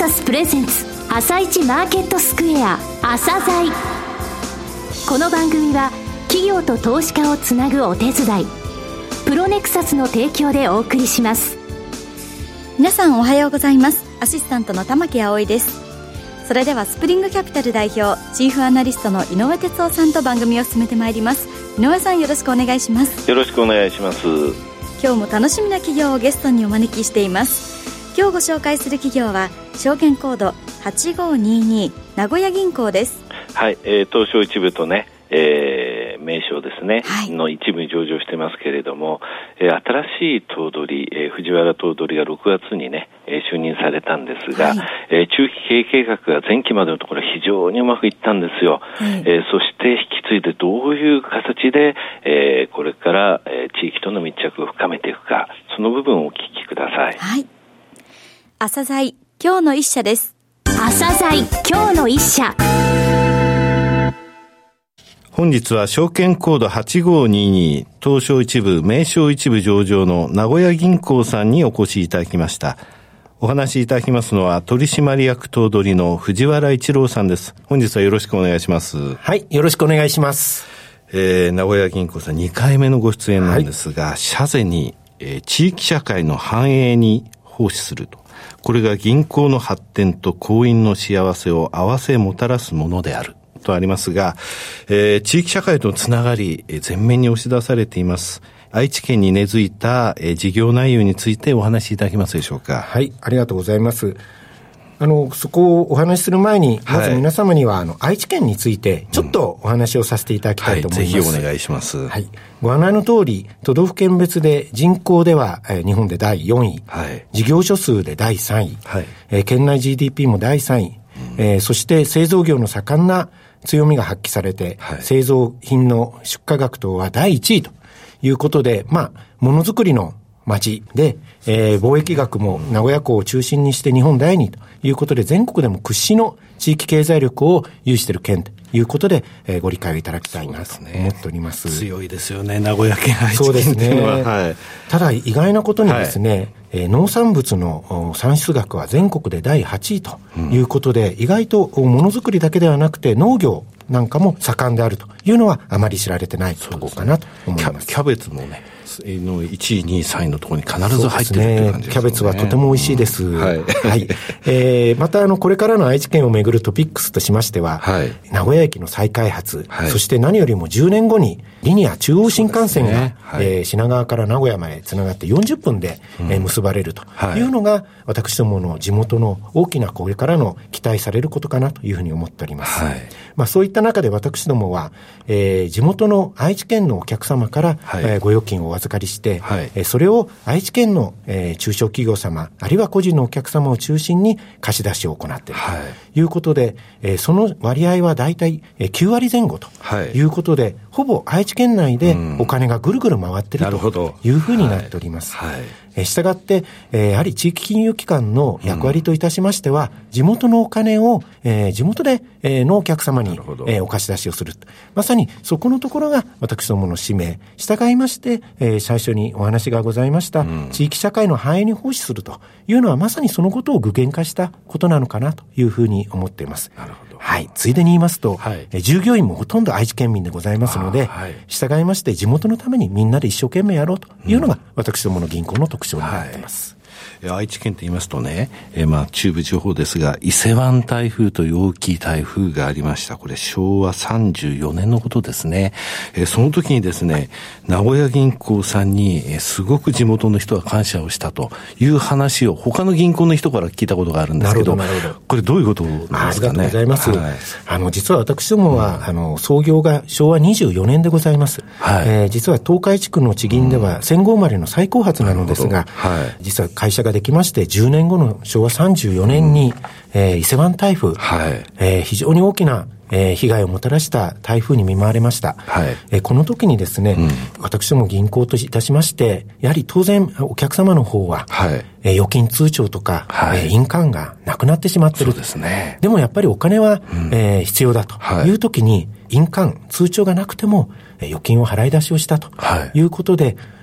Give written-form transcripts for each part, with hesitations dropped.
サスプレゼンツ朝一マーケットスクエア朝鮮。この番組は企業と投資家をつなぐお手伝いプロネクサスの提供でお送りします。 皆さんおはようございます。アシスタントの玉木葵です。それではスプリングキャピタル代表チーフアナリストの井上哲夫さんと番組を進めてまいります。井上さん、よろしくお願いします。 よろしくお願いします。 今日も楽しみな企業をゲストにお招きしています。今日ご紹介する企業は証券コード8522名古屋銀行です。 はい、東証一部とね、名称ですね、 はい、 の一部に上場してますけれども、新しい頭取、藤原頭取が6月にね、就任されたんですが、はい、中期経営計画が前期までのところ非常にうまくいったんですよ。そして引き継いでどういう形で、これから、地域との密着を深めていくか、その部分をお聞きください。 はい。朝鮮今日の一社です。 朝鮮今日の一社。 本日は証券コード8522東証一部名称一部上場の名古屋銀行さんにお越しいただきました。お話しいただきますのは取締役頭取の藤原一郎さんです。本日はよろしくお願いします。 はい、よろしくお願いします。 名古屋銀行さん2回目のご出演なんですが、はい、社是に、地域社会の繁栄に奉仕すると。これが銀行の発展と行員の幸せを併せもたらすものであるとありますが、地域社会とのつながり、前面に押し出されています。愛知県に根付いた、事業内容についてお話しいただけますでしょうか。 はい、ありがとうございます。そこをお話しする前に、まず皆様には、愛知県について、ちょっとお話をさせていただきたいと思います。 はい、ぜひお願いします。 はい。ご案内の通り、都道府県別で人口では、日本で第4位、はい、事業所数で第3位、はい、県内 GDP も第3位、そして製造業の盛んな強みが発揮されて、はい、製造品の出荷額等は第1位ということで、ものづくりの町で、貿易額も名古屋港を中心にして日本第2位ということで、全国でも屈指の地域経済力を有している県ということで、ご理解をいただきたいなと思っております。 強いですよね、名古屋県、愛知県というのは。そうですね。はい、 ただ意外なことにですね、はい、農産物の産出額は全国で第8位ということで、意外とものづくりだけではなくて農業なんかも盛んであるというのはあまり知られてないところかなと思います。 キャベツもね、の1位、2位、3位のところに必ず入ってるっていう感じですね。 キャベツはとても美味しいです。はい。はい。またこれからの愛知県をめぐるトピックスとしましては、はい、名古屋駅の再開発、はい、そして何よりも10年後にリニア中央新幹線が、ね、はい、品川から名古屋までつながって40分で、結ばれるというのが、私どもの地元の大きなこれからの期待されることかなというふうに思っております。はい、そういった中で私どもは、地元の愛知県のお客様から、はい、ご預金をお預かりして、はい、それを愛知県の、中小企業様あるいは個人のお客様を中心に貸し出しを行っているということで、その割合はだいたい9割前後ということで、はい、ほぼ愛知県内でお金がぐるぐる回っているというふうになっております。はいはい、したがって、やはり地域金融機関の役割といたしましては、地元のお金を、地元で、のお客様に、お貸し出しをする。まさにそこのところが私どもの使命。従いまして、最初にお話がございました、地域社会の繁栄に奉仕するというのはまさにそのことを具現化したことなのかなというふうに思っています。なるほど。はい。ついでに言いますと、はい、従業員もほとんど愛知県民でございますので、はい、従いまして地元のためにみんなで一生懸命やろうというのが、私どもの銀行の特徴になっています。 はい、愛知県と言いますとね、中部地方ですが、伊勢湾台風という大きい台風がありました。これ昭和34年のことですね。その時にですね、名古屋銀行さんに、すごく地元の人が感謝をしたという話を他の銀行の人から聞いたことがあるんですけど、これどういうことなんですかね。 ありがとうございます。はい、実は私どもは、創業が昭和24年でございます。はい、実は東海地区の地銀では戦後生まれの最高発なのですが、はい、実は会社ができまして10年後の昭和34年に、伊勢湾台風、はい、非常に大きな被害をもたらした台風に見舞われました。はい、この時にですね、私ども銀行といたしまして、やはり当然お客様の方は、はい、預金通帳とか、はい、印鑑がなくなってしまっている。そうですね。でもやっぱりお金は、必要だという時に、印鑑、通帳がなくても、預金を払い出しをしたということで、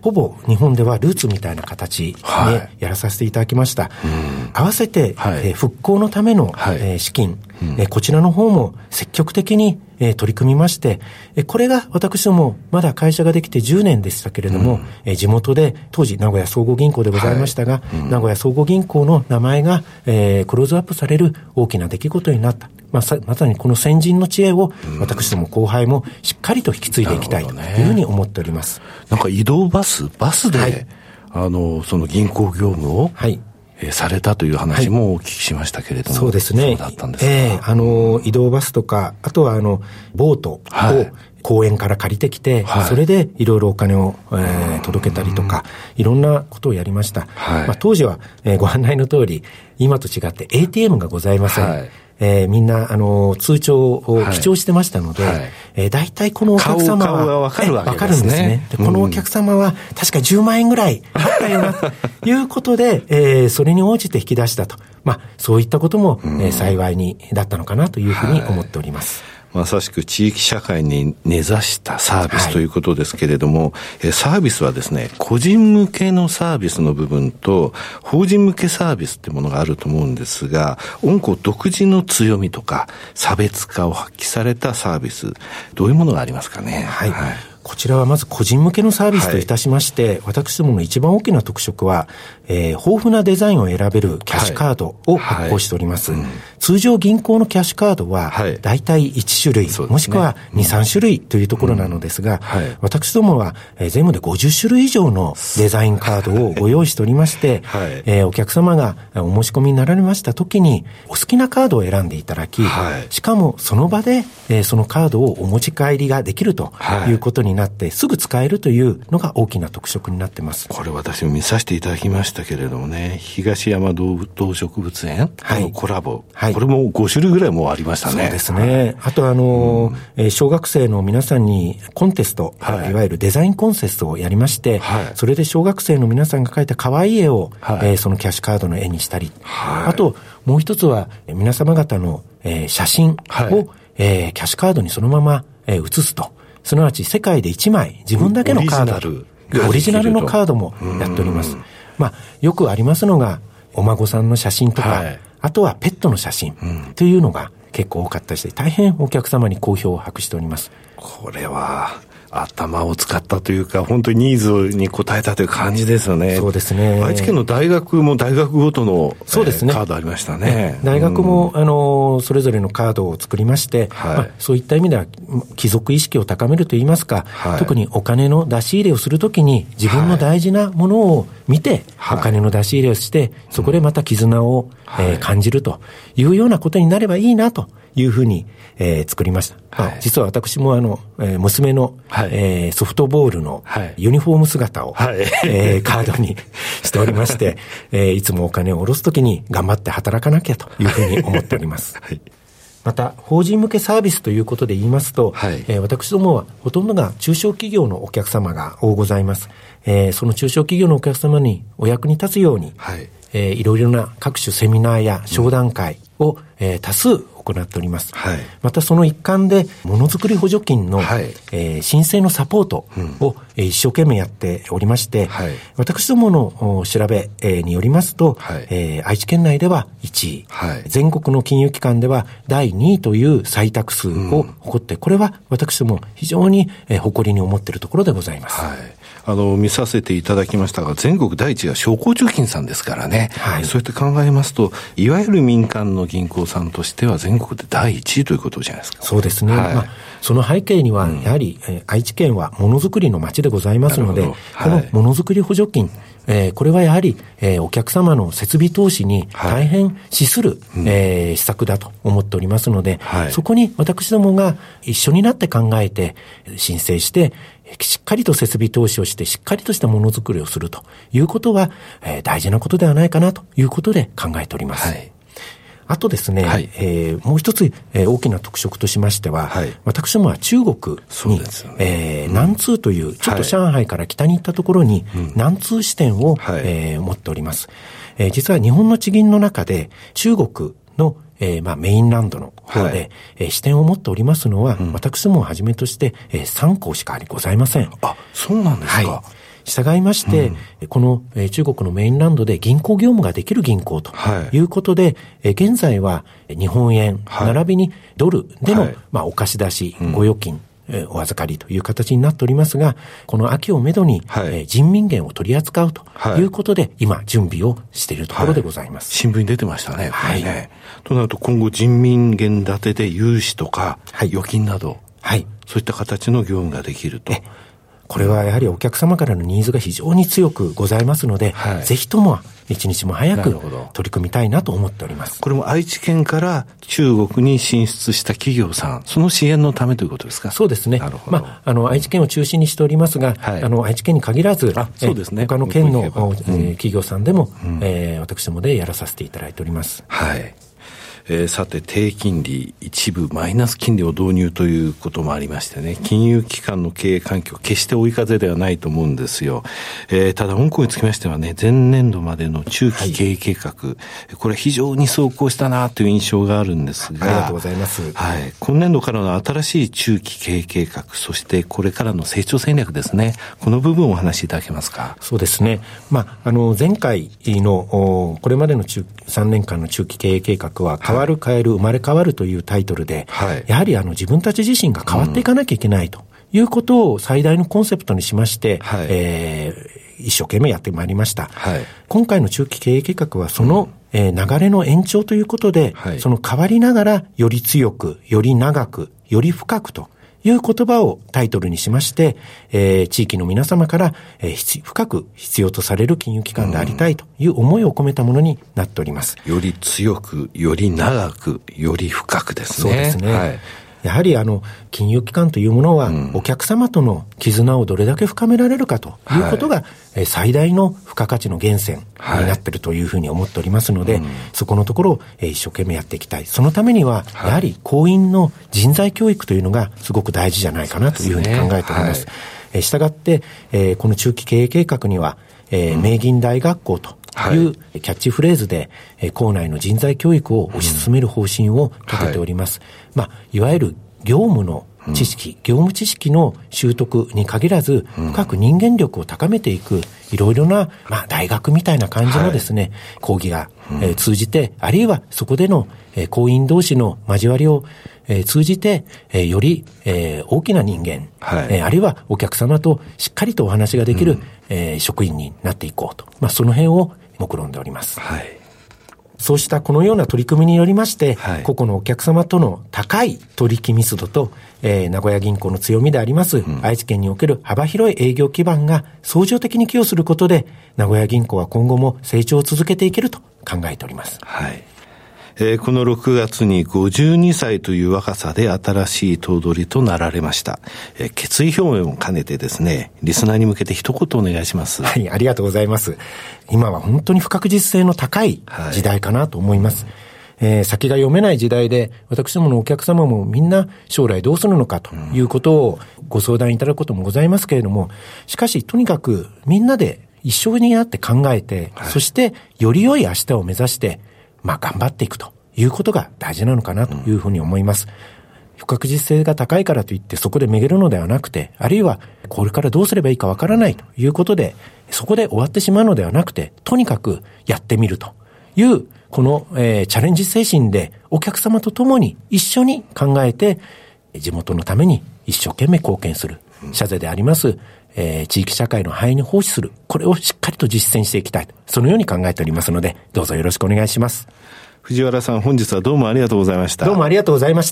ほぼ日本ではルーツみたいな形でやらさせていただきました。合わせて、復興のための、資金、こちらの方も積極的に取り組みまして、これが私どもまだ会社ができて10年でしたけれども、地元で当時名古屋総合銀行でございましたが、名古屋総合銀行の名前が、クローズアップされる大きな出来事になった。まさにこの先人の知恵を私ども後輩もしっかりと引き継いでいきたいというふうに思っております。 なんか移動バスで、その銀行業務を、されたという話もお聞きしましたけれども。 そうですね。 そうだったんですか。 移動バスとか、あとはボートを公園から借りてきて、それでいろいろお金を、届けたりとか、いろんなことをやりました。当時は、ご案内の通り、今と違って ATM がございません。みんな、通帳を記帳してましたので、大体このお客様は、 顔がわかるわけですね。 わかるんですね。で、このお客様は、確か10万円ぐらいあったよな、ということで、それに応じて引き出したと。そういったことも、幸いだったのかなというふうに思っております。 まさしく地域社会に根ざしたサービスということですけれども、サービスはですね、個人向けのサービスの部分と法人向けサービスってものがあると思うんですが、御校独自の強みとか差別化を発揮されたサービス、どういうものがありますかね。 こちらはまず個人向けのサービスといたしまして、私どもの一番大きな特色は、豊富なデザインを選べるキャッシュカードを発行しております。通常銀行のキャッシュカードは、だいたい1種類、もしくは2、3種類というところなのですが、私どもは、全部で50種類以上のデザインカードをご用意しておりまして、お客様がお申し込みになられましたときに、お好きなカードを選んでいただき、しかもその場で、そのカードをお持ち帰りができるということになってすぐ使えるというのが大きな特色になってます。 これ私も見させていただきましたけれどもね、東山動植物園のコラボ、これも5種類ぐらいもうありましたね。 そうですね。あと小学生の皆さんにコンテスト、いわゆるデザインコンテストをやりまして、それで小学生の皆さんが描いた可愛い絵を、そのキャッシュカードの絵にしたり、あともう一つは皆様方の、写真を、キャッシュカードにそのまま、写すと。すなわち世界で1枚自分だけのカード、オリジナルのカードもやっております。よくありますのがお孫さんの写真とか、あとはペットの写真というのが結構多かったりして、大変お客様に好評を博しております。 これは頭を使ったというか、本当にニーズに応えたという感じですよね。 そうですね。 愛知県の大学も大学ごとの、そうですね、カードありましたね。 大学も、それぞれのカードを作りまして、そういった意味では貴族意識を高めるといいますか、特にお金の出し入れをするときに自分の大事なものを見て、お金の出し入れをして、そこでまた絆を、感じるというようなことになればいいなというふうに、作りました。実は私も娘の、ソフトボールのユニフォーム姿を、カードにしておりまして、いつもお金を下ろすときに頑張って働かなきゃというふうに思っております。また、法人向けサービスということで言いますと、私どもはほとんどが中小企業のお客様が多ございます。その中小企業のお客様にお役に立つように、いろいろな各種セミナーや商談会を、多数行っております。またその一環でものづくり補助金の、申請のサポートを、一生懸命やっておりまして、私どもの調べ、によりますと、愛知県内では1位、全国の金融機関では第2位という採択数を誇って、これは私ども非常に、誇りに思っているところでございます。 見させていただきましたが、全国第一が商工中金さんですからね、そうやって考えますと、いわゆる民間の銀行さんとしては全国で第一位ということじゃないですか。 そうですね。その背景には、やはり、愛知県はものづくりの町でございますので、このものづくり補助金、これはやはり、お客様の設備投資に大変資する、施策だと思っておりますので、そこに私どもが一緒になって考えて申請して、しっかりと設備投資をしてしっかりとしたものづくりをするということは、大事なことではないかなということで考えております。あとですね、もう一つ、大きな特色としましては、私どもは中国に、南通という、ちょっと上海から北に行ったところに、南通支店を、持っております。実は日本の地銀の中で中国のメインランドの方で、支店を持っておりますのは、私どもをはじめとして、3校しかございません。 そうなんですか。 従いまして、この中国のメインランドで銀行業務ができる銀行ということで、現在は日本円、並びにドルでの、お貸し出し、ご預金、お預かりという形になっておりますが、この秋をめどに、人民元を取り扱うということで、今準備をしているところでございます。 新聞に出てましたね。となると今後人民元建てで融資とか、預金など、そういった形の業務ができると。 これはやはりお客様からのニーズが非常に強くございますので、ぜひとも一日も早く取り組みたいなと思っております。 これも愛知県から中国に進出した企業さん、その支援のためということですか？ そうですね。愛知県を中心にしておりますが、愛知県に限らず、 そうですね、 他の県の、企業さんでも、私どもでやらさせていただいております。 さて、低金利、一部マイナス金利を導入ということもありましてね、金融機関の経営環境、決して追い風ではないと思うんですよ。ただ、香港につきましてはね、前年度までの中期経営計画、これ非常に走行したなという印象があるんですが、 ありがとうございます。 今年度からの新しい中期経営計画、そしてこれからの成長戦略ですね、この部分をお話しいただけますか？ そうですね。前回の、これまでの3年間の中期経営計画は、変わる変える生まれ変わるというタイトルで、やはり自分たち自身が変わっていかなきゃいけないということを最大のコンセプトにしまして、一生懸命やってまいりました。今回の中期経営計画はその、流れの延長ということで、その変わりながらより強く、より長く、より深くという言葉をタイトルにしまして、地域の皆様から、深く必要とされる金融機関でありたいという思いを込めたものになっております。 より強く、より長く、より深くですね。 そうですね。やはり金融機関というものは、お客様との絆をどれだけ深められるかということが、最大の付加価値の源泉になっているというふうに思っておりますので、そこのところを一生懸命やっていきたい。そのためには、やはり行員の人材教育というのがすごく大事じゃないかなというふうに考えております。したがって、この中期経営計画には、名銀大学校というキャッチフレーズで、校内の人材教育を推し進める方針を立てております。いわゆる業務の知識、業務知識の習得に限らず、深く人間力を高めていく、いろいろな、大学みたいな感じのですね、講義が、通じて、あるいはそこでの、行員同士の交わりを、通じて、より、大きな人間、あるいはお客様としっかりとお話ができる、職員になっていこうと。その辺を目論んでおります。そうしたこのような取り組みによりまして、個々のお客様との高い取引密度と、名古屋銀行の強みであります、愛知県における幅広い営業基盤が相乗的に寄与することで、名古屋銀行は今後も成長を続けていけると考えております。 この6月に52歳という若さで新しい頭取となられました。決意表明も兼ねてですね、リスナーに向けて一言お願いします。 ありがとうございます。今は本当に不確実性の高い時代かなと思います。先が読めない時代で、私どものお客様もみんな将来どうするのかということをご相談いただくこともございますけれども、しかしとにかくみんなで一緒になって考えて、そしてより良い明日を目指して、頑張っていくということが大事なのかなというふうに思います。不確実性が高いからといってそこでめげるのではなくて、あるいはこれからどうすればいいかわからないということで、そこで終わってしまうのではなくて、とにかくやってみるという、この、チャレンジ精神でお客様と共に一緒に考えて、地元のために一生懸命貢献する。社税であります、地域社会の繁栄に奉仕する。これをしっかりと実践していきたい。そのように考えておりますので、どうぞよろしくお願いします。 藤原さん、本日はどうもありがとうございました。 どうもありがとうございました。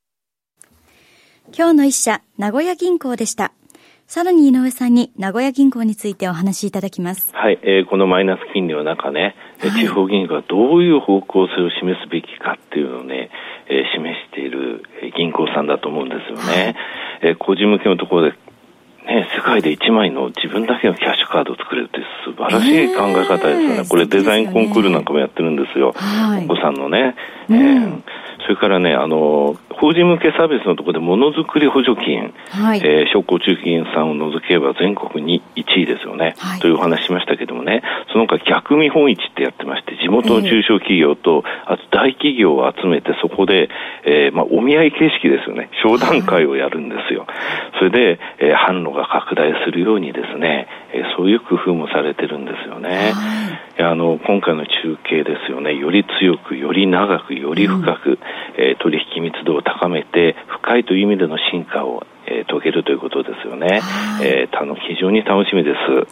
今日の一社、名古屋銀行でした。さらに井上さんに名古屋銀行についてお話しいただきます。 このマイナス金利の中ね、地方銀行がどういう方向性を示すべきかっていうのをね、示している銀行さんだと思うんですよね。個人向けのところで世界で1枚の自分だけのキャッシュカードを作れるって素晴らしい考え方ですよね。これデザインコンクールなんかもやってるんですよ。お子さんのね。それからね、 法人向けサービスのところでものづくり補助金、はい、商工中金さんを除けば全国に1位ですよね、はい、というお話しましたけどもね、その他逆見本市ってやってまして、地元の中小企業と、あと大企業を集めてそこで、お見合い形式ですよね、商談会をやるんですよ。それで、販路が拡大するようにですね、そういう工夫もされてるんですよね。今回の中継ですよね、より強く、より長く、より深く、取引密度を高めて、深いという意味での進化を遂げるということですよね。非常に楽しみです。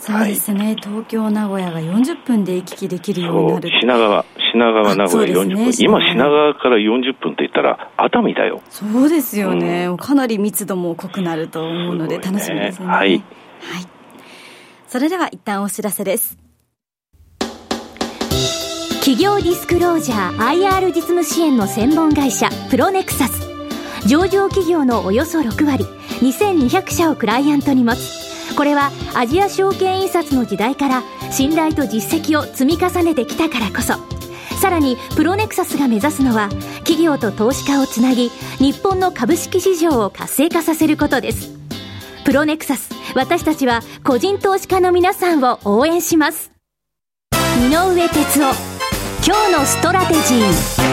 そうですね、はい、東京名古屋が40分で行き来できるようになる。 品川名古屋40分、今品川から40分って言ったら熱海だよ。 そうですよね、かなり密度も濃くなると思うので楽しみですね。はい、はい、それでは一旦お知らせです。 企業ディスクロージャー IR 実務支援の専門会社プロネクサス、上場企業のおよそ6割2200社をクライアントに持つ。これはアジア証券印刷の時代から信頼と実績を積み重ねてきたからこそ。さらにプロネクサスが目指すのは企業と投資家をつなぎ、日本の株式市場を活性化させることです。プロネクサス、私たちは個人投資家の皆さんを応援します。井上哲夫、今日のストラテジー。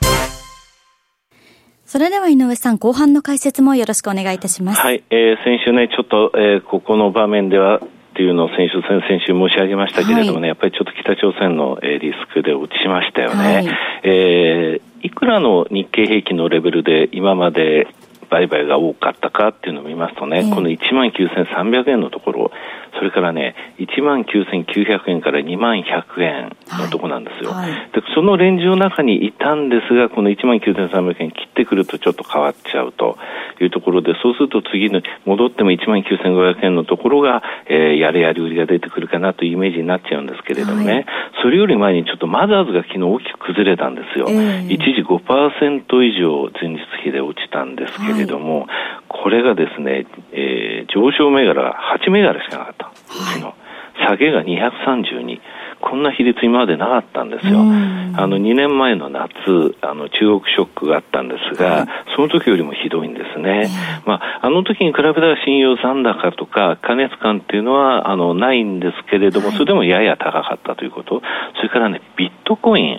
それでは井上さん、後半の解説もよろしくお願いいたします。 はい、先週ね、ちょっと、ここの場面ではっていうのを先週申し上げましたけれどもね、はい、やっぱりちょっと北朝鮮の、リスクで落ちましたよね。はい、いくらの日経平均のレベルで今まで売買が多かったかっていうのを見ますとね、この 19,300 円のところ、それからね 19,900 円から 20,100 円のところなんですよ、はいはい、でそのレンジの中にいたんですが、この 19,300 円切ってくるとちょっと変わっちゃうというところで、そうすると次の戻っても 19,500 円のところが、やれやり売りが出てくるかなというイメージになっちゃうんですけれどもね、はい、それより前にちょっとマザーズが昨日大きく崩れたんですよ、一時 5% 以上前日比で落ちたんですけれども、はい、これがですね、上昇銘柄が8銘柄しかなかった。下げが232、こんな比率今までなかったんですよ。2年前の夏、中国ショックがあったんですが、はい、その時よりもひどいんですね。あの時に比べたら信用残高とか過熱感っていうのはないんですけれども、それでもやや高かったということ。それからね、ビットコイン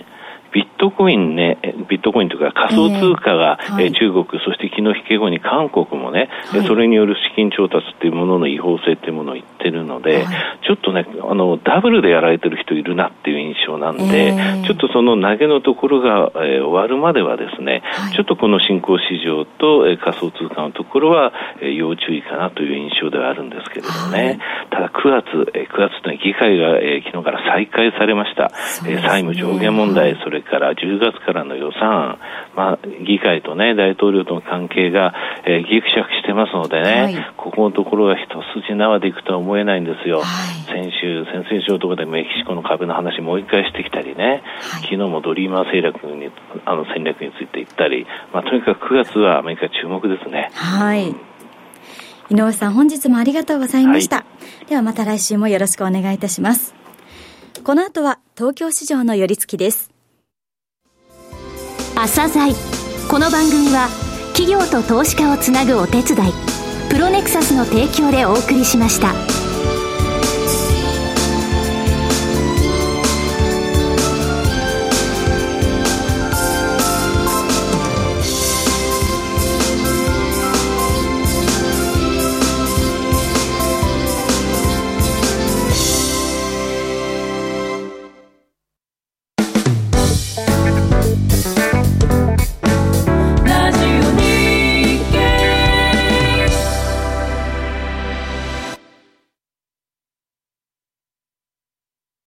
というか仮想通貨が、はい、中国、そして気の引け後に韓国もね、はい、それによる資金調達というものの違法性というものを言ってるので、はい、ちょっとね、ダブルでやられてる人いるなっていう印象なんで、ちょっとその投げのところが、終わるまではですね、はい、ちょっとこの新興市場と、仮想通貨のところは、要注意かなという印象ではあるんですけれどね、はい、ただ9月というのは議会が、昨日から再開されました、債務上限問題、それから10月からの予算、議会とね、大統領との関係が、ぎくしゃくしてますのでね、はい、ここのところが一筋縄でいくとは思えないんですよ。はい、先々週のところでメキシコの株の話もう一回してきたりね、はい、昨日もドリーマー戦略について言ったり、とにかく9月はアメリカ注目ですね。 はい。井上さん、本日もありがとうございました。はい、ではまた来週もよろしくお願いいたします。この後は東京市場の寄り付きです。 朝鮮。この番組は企業と投資家をつなぐお手伝い、プロネクサスの提供でお送りしました。